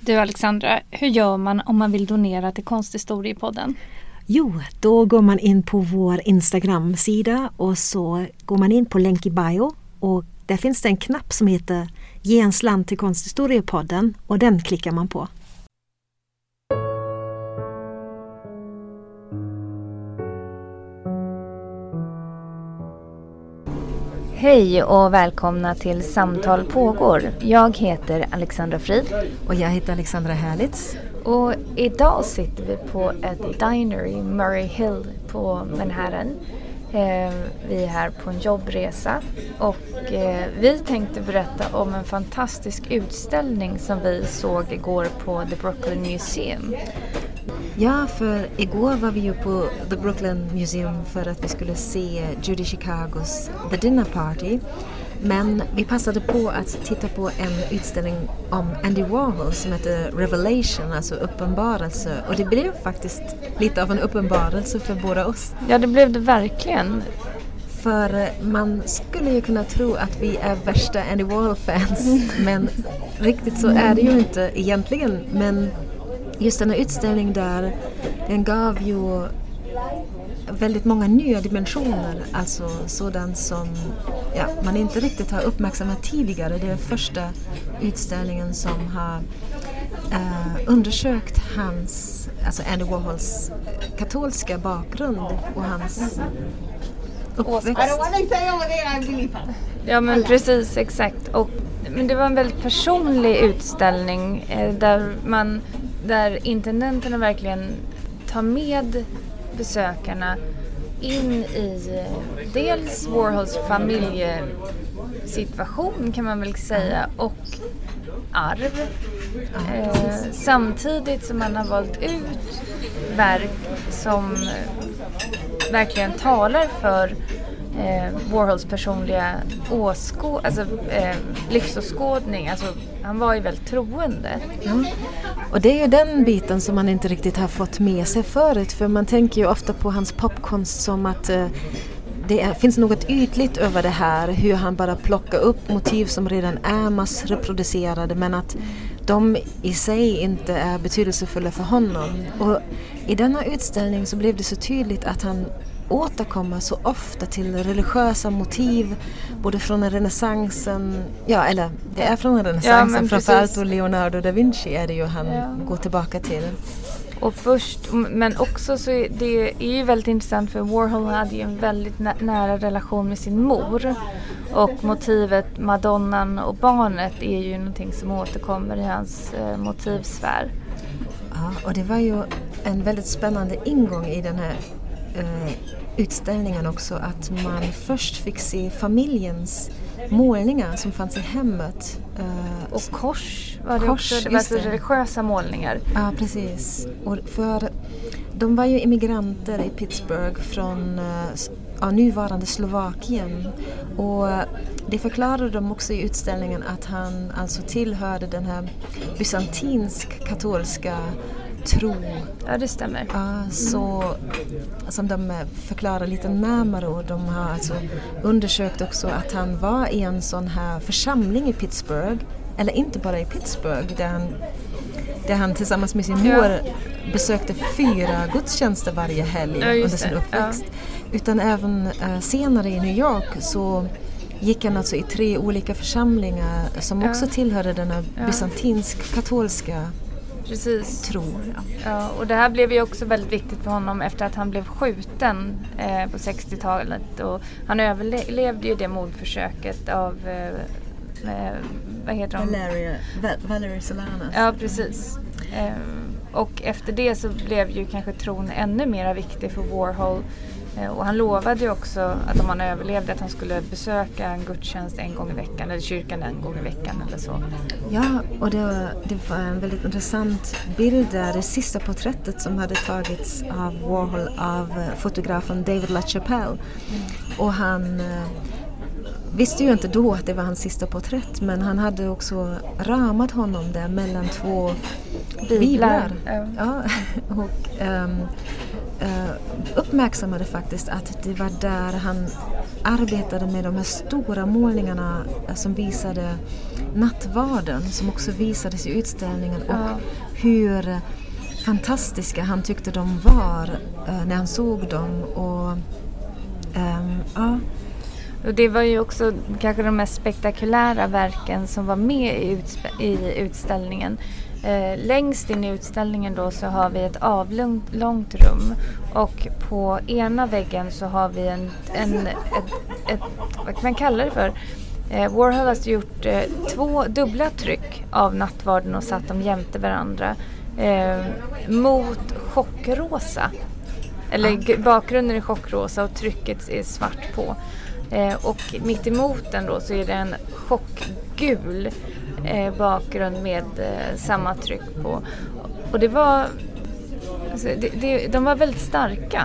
Du Alexandra, hur gör man om man vill donera till Konsthistoriepodden? Jo, då går man in på vår Instagram-sida och så går man in på länk i bio och där finns det en knapp som heter Ge en slant till Konsthistoriepodden och den klickar man på. Hej och välkomna till Samtal pågår. Jag heter Alexandra Frid. Och jag heter Alexandra Härlitz. Och idag sitter vi på ett diner i Murray Hill på Manhattan. Vi är här på en jobbresa och vi tänkte berätta om en fantastisk utställning som vi såg igår på The Brooklyn Museum. Ja, för igår var vi ju på The Brooklyn Museum för att vi skulle se Judy Chicagos The Dinner Party. Men vi passade på att titta på en utställning om Andy Warhol som heter Revelation, alltså uppenbarelse. Och det blev faktiskt lite av en uppenbarelse för båda oss. Ja, det blev det verkligen. För man skulle ju kunna tro att vi är värsta Andy Warhol-fans. Men riktigt så är det ju inte egentligen. Men just den här utställningen där, den gav ju väldigt många nya dimensioner, alltså sådant som man inte riktigt har uppmärksammat tidigare. Det är första utställningen som har undersökt alltså Andy Warhols katolska bakgrund och hans uppväxt. Ja, men precis, exakt. Men det var en väldigt personlig utställning där intendenterna verkligen tar med besökarna in i dels Warhols familjesituation kan man väl säga och arv. Samtidigt som man har valt ut verk som verkligen talar för Warhols personliga livsåskådning. Alltså, han var ju väldigt troende. Ja. Och det är ju den biten som man inte riktigt har fått med sig förut. För man tänker ju ofta på hans popkonst som att finns något ytligt över det här. Hur han bara plockar upp motiv som redan är massreproducerade. Men att de i sig inte är betydelsefulla för honom. Och i denna utställning så blev det så tydligt att han återkommer så ofta till religiösa motiv, både från renässansen, eller det är från renässansen, framförallt och Leonardo da Vinci är det ju han går tillbaka till. Och men också så det är ju väldigt intressant för Warhol hade ju en väldigt nära relation med sin mor och motivet Madonnan och barnet är ju någonting som återkommer i hans motivsfär. Ja, och det var ju en väldigt spännande ingång i den här utställningen också, att man först fick se familjens målningar som fanns i hemmet. Och kors var det också, det var alltså religiösa målningar. Ja, precis. Och för de var ju immigranter i Pittsburgh från nuvarande Slovakien. Och det förklarade de också i utställningen att han alltså tillhörde den här bysantinsk-katolska tro. Ja, det stämmer. Så som de förklarar lite närmare, och de har alltså undersökt också att han var i en sån här församling i Pittsburgh, eller inte bara i Pittsburgh, där han tillsammans med sin mor besökte 4 gudstjänster varje helg under sin uppväxt. Utan även senare i New York så gick han alltså i 3 olika församlingar som också tillhörde den här bysantinsk-katolska tro. Ja, och det här blev ju också väldigt viktigt för honom efter att han blev skjuten på 60-talet, och han överlevde ju det mordförsöket av vad heter hon? Valerie Solanas. Ja, precis. Och efter det så blev ju kanske tron ännu mer viktig för Warhol. Och han lovade ju också att om han överlevde att han skulle besöka en gudstjänst en gång i veckan, eller kyrkan en gång i veckan eller så. Ja, och det var en väldigt intressant bild där, det sista porträttet som hade tagits av Warhol av fotografen David LaChapelle. Och han visste ju inte då att det var hans sista porträtt, men han hade också ramat honom där mellan 2 biblar. Ja, och uppmärksammade faktiskt att det var där han arbetade med de här stora målningarna som visade nattvarden som också visades i utställningen och hur fantastiska han tyckte de var när han såg dem. Och Och det var ju också kanske de mest spektakulära verken som var med i utställningen. Längst in i utställningen då så har vi ett avlångt rum och på ena väggen så har vi ett vad kan man kalla det för? Warhol har alltså gjort 2 dubbla tryck av nattvarden och satt dem jämte varandra mot chockrosa. Eller bakgrunden är chockrosa och trycket är svart på. Och mitt emot den då så är det en chockgul bakgrund med samma tryck på. Och det var alltså, de var väldigt starka.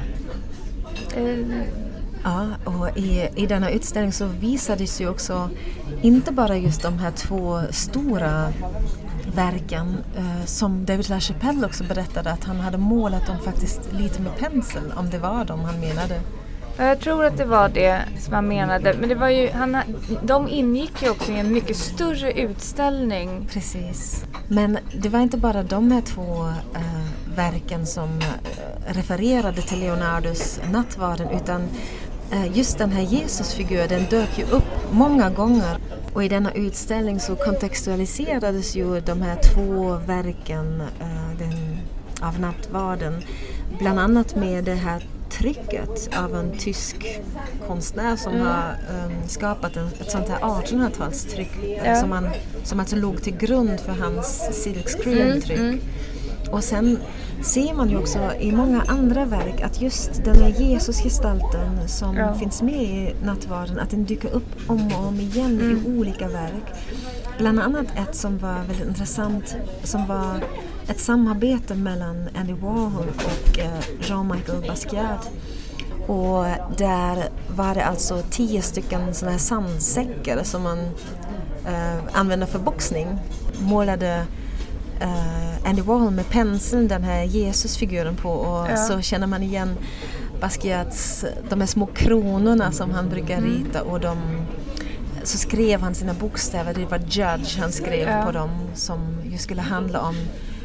Ja, och i denna utställning så visades ju också inte bara just de här 2 stora verken som David LaChapelle också berättade att han hade målat dem faktiskt lite med pensel, om det var dem han menade. Jag tror att det var det som han menade. Men det var ju, de ingick ju också i en mycket större utställning. Precis. Men det var inte bara de här 2 verken som refererade till Leonardos nattvarden, utan just den här Jesusfiguren, den dök ju upp många gånger. Och i denna utställning så kontextualiserades ju de här 2 verken av nattvarden. Bland annat med det här trycket av en tysk konstnär som har skapat ett sånt här 1800-talstryck som alltså låg till grund för hans silkscreen-tryck. Och sen ser man ju också i många andra verk att just den här Jesusgestalten som finns med i nattvarden, att den dyker upp om och om igen i olika verk. Bland annat ett som var väldigt intressant, som var ett samarbete mellan Andy Warhol och Jean-Michel Basquiat. Och där var det alltså 10 stycken såna här sandsäckar som man använder för boxning. Målade Andy Warhol med penseln den här Jesusfiguren på, och så känner man igen Basquiats de här små kronorna som han brukar rita, och så skrev han sina bokstäver, det var Judge han skrev på dem, som ju skulle handla om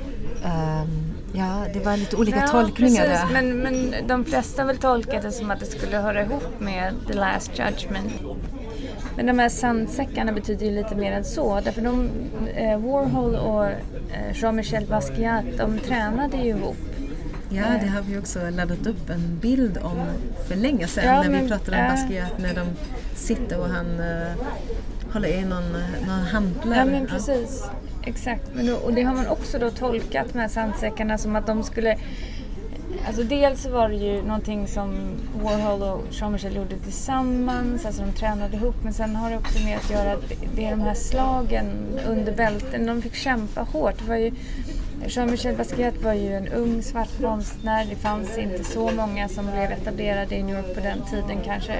det var lite olika tolkningar precis, där. men de flesta väl tolkade det som att det skulle höra ihop med The Last Judgment. Men de här sandsäckarna betyder ju lite mer än så. Därför Warhol och Jean-Michel Basquiat, de tränade ju ihop. Ja, det har vi också laddat upp en bild om för länge sedan när vi pratade om Basquiat, när de sitter och han håller i någon hantlar. Ja, men precis. Exakt. Och det har man också då tolkat med sandsäckarna som att de skulle... Alltså dels var det ju någonting som Warhol och Jean-Michel gjorde tillsammans, alltså de tränade ihop, men sen har det också med att göra det är de här slagen under bälten, de fick kämpa hårt. Det var ju, Jean-Michel Basquiat var ju en ung svart konstnär, det fanns inte så många som blev etablerade i New York på den tiden, kanske,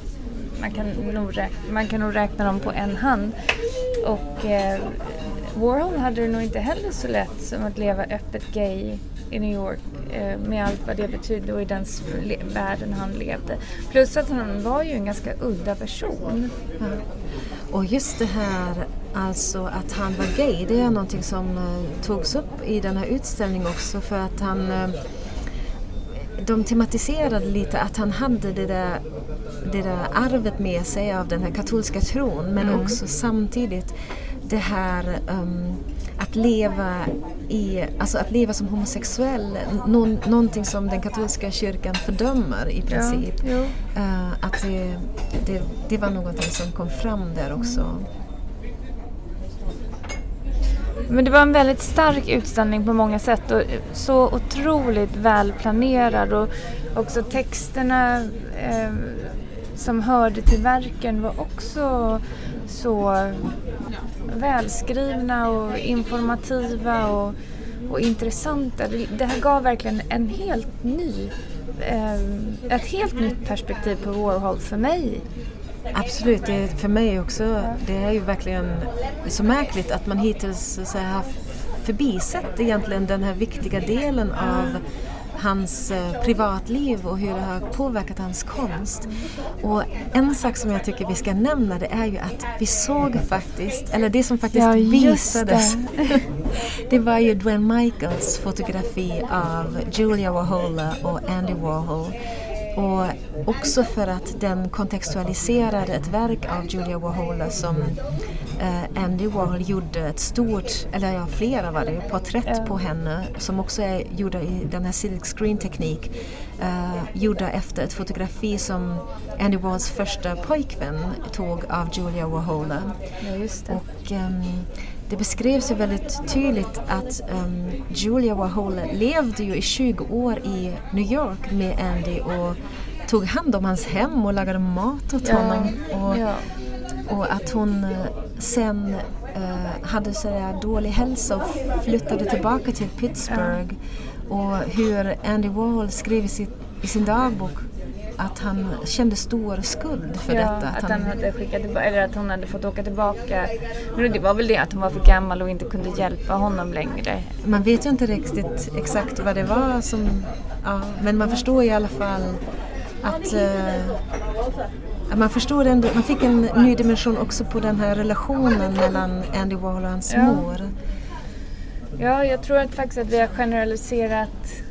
man kan nog räkna dem på en hand. Och Warhol hade det nog inte heller så lätt som att leva öppet gay i New York med allt vad det betydde och i den världen han levde. Plus att han var ju en ganska udda person. Ja. Och just det här, alltså att han var gay, det är någonting som togs upp i den här utställningen också, för att de tematiserade lite att han hade det där arvet med sig av den här katolska tron, men också samtidigt det här att leva som homosexuell, någonting som den katolska kyrkan fördömer i princip. Att det var någonting som kom fram där också. Men det var en väldigt stark utställning på många sätt och så otroligt välplanerad, och också texterna som hörde till verken var också så välskrivna och informativa och intressanta. Det här gav verkligen ett helt nytt perspektiv på Warhol för mig. Absolut, det för mig också. Det är ju verkligen så märkligt att man hittills har förbisett egentligen den här viktiga delen av hans privatliv och hur det har påverkat hans konst. Och en sak som jag tycker vi ska nämna, det är ju att vi såg faktiskt, eller det som faktiskt visades, det var ju Duane Michaels fotografi av Julia Wahola och Andy Warhol. Och också för att den kontextualiserade ett verk av Julia Wahola som Andy Warhol gjorde ett stort, eller flera var det, porträtt på henne som också är gjorda i den här silkscreen-teknik, gjorda efter ett fotografi som Andy Warhols första pojkvän tog av Julia Wahola. Ja, just det. Och det beskrevs ju väldigt tydligt att Julia Wahola levde ju i 20 år i New York med Andy och tog hand om hans hem och lagade mat åt honom. Och att hon sen hade sådär dålig hälsa och flyttade tillbaka till Pittsburgh. Och hur Andy Warhol skrev i sin dagbok att han kände stor skuld för detta. Att han hade skickat tillbaka, eller att hon hade fått åka tillbaka. Men det var väl det att hon var för gammal och inte kunde hjälpa honom längre. Man vet ju inte riktigt exakt vad det var som... Ja, men man förstår i alla fall att... man förstår ändå, man fick en ny dimension också på den här relationen mellan Andy Warhol och hans mor. Ja, jag tror faktiskt att vi har generaliserat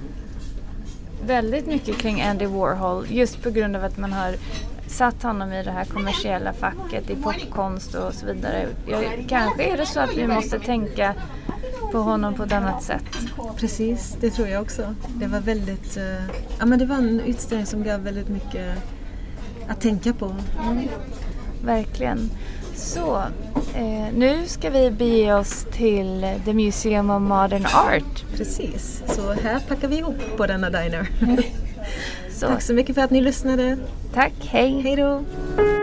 väldigt mycket kring Andy Warhol just på grund av att man har satt honom i det här kommersiella facket i popkonst och så vidare. Kanske är det så att vi måste tänka på honom på ett annat sätt. Precis, det tror jag också. Det var väldigt, men det var en utställning som gav väldigt mycket att tänka på. Verkligen. Så, nu ska vi bege oss till The Museum of Modern Art. Precis, så här packar vi ihop på denna diner. Tack så mycket för att ni lyssnade. Tack, hej. Hej då.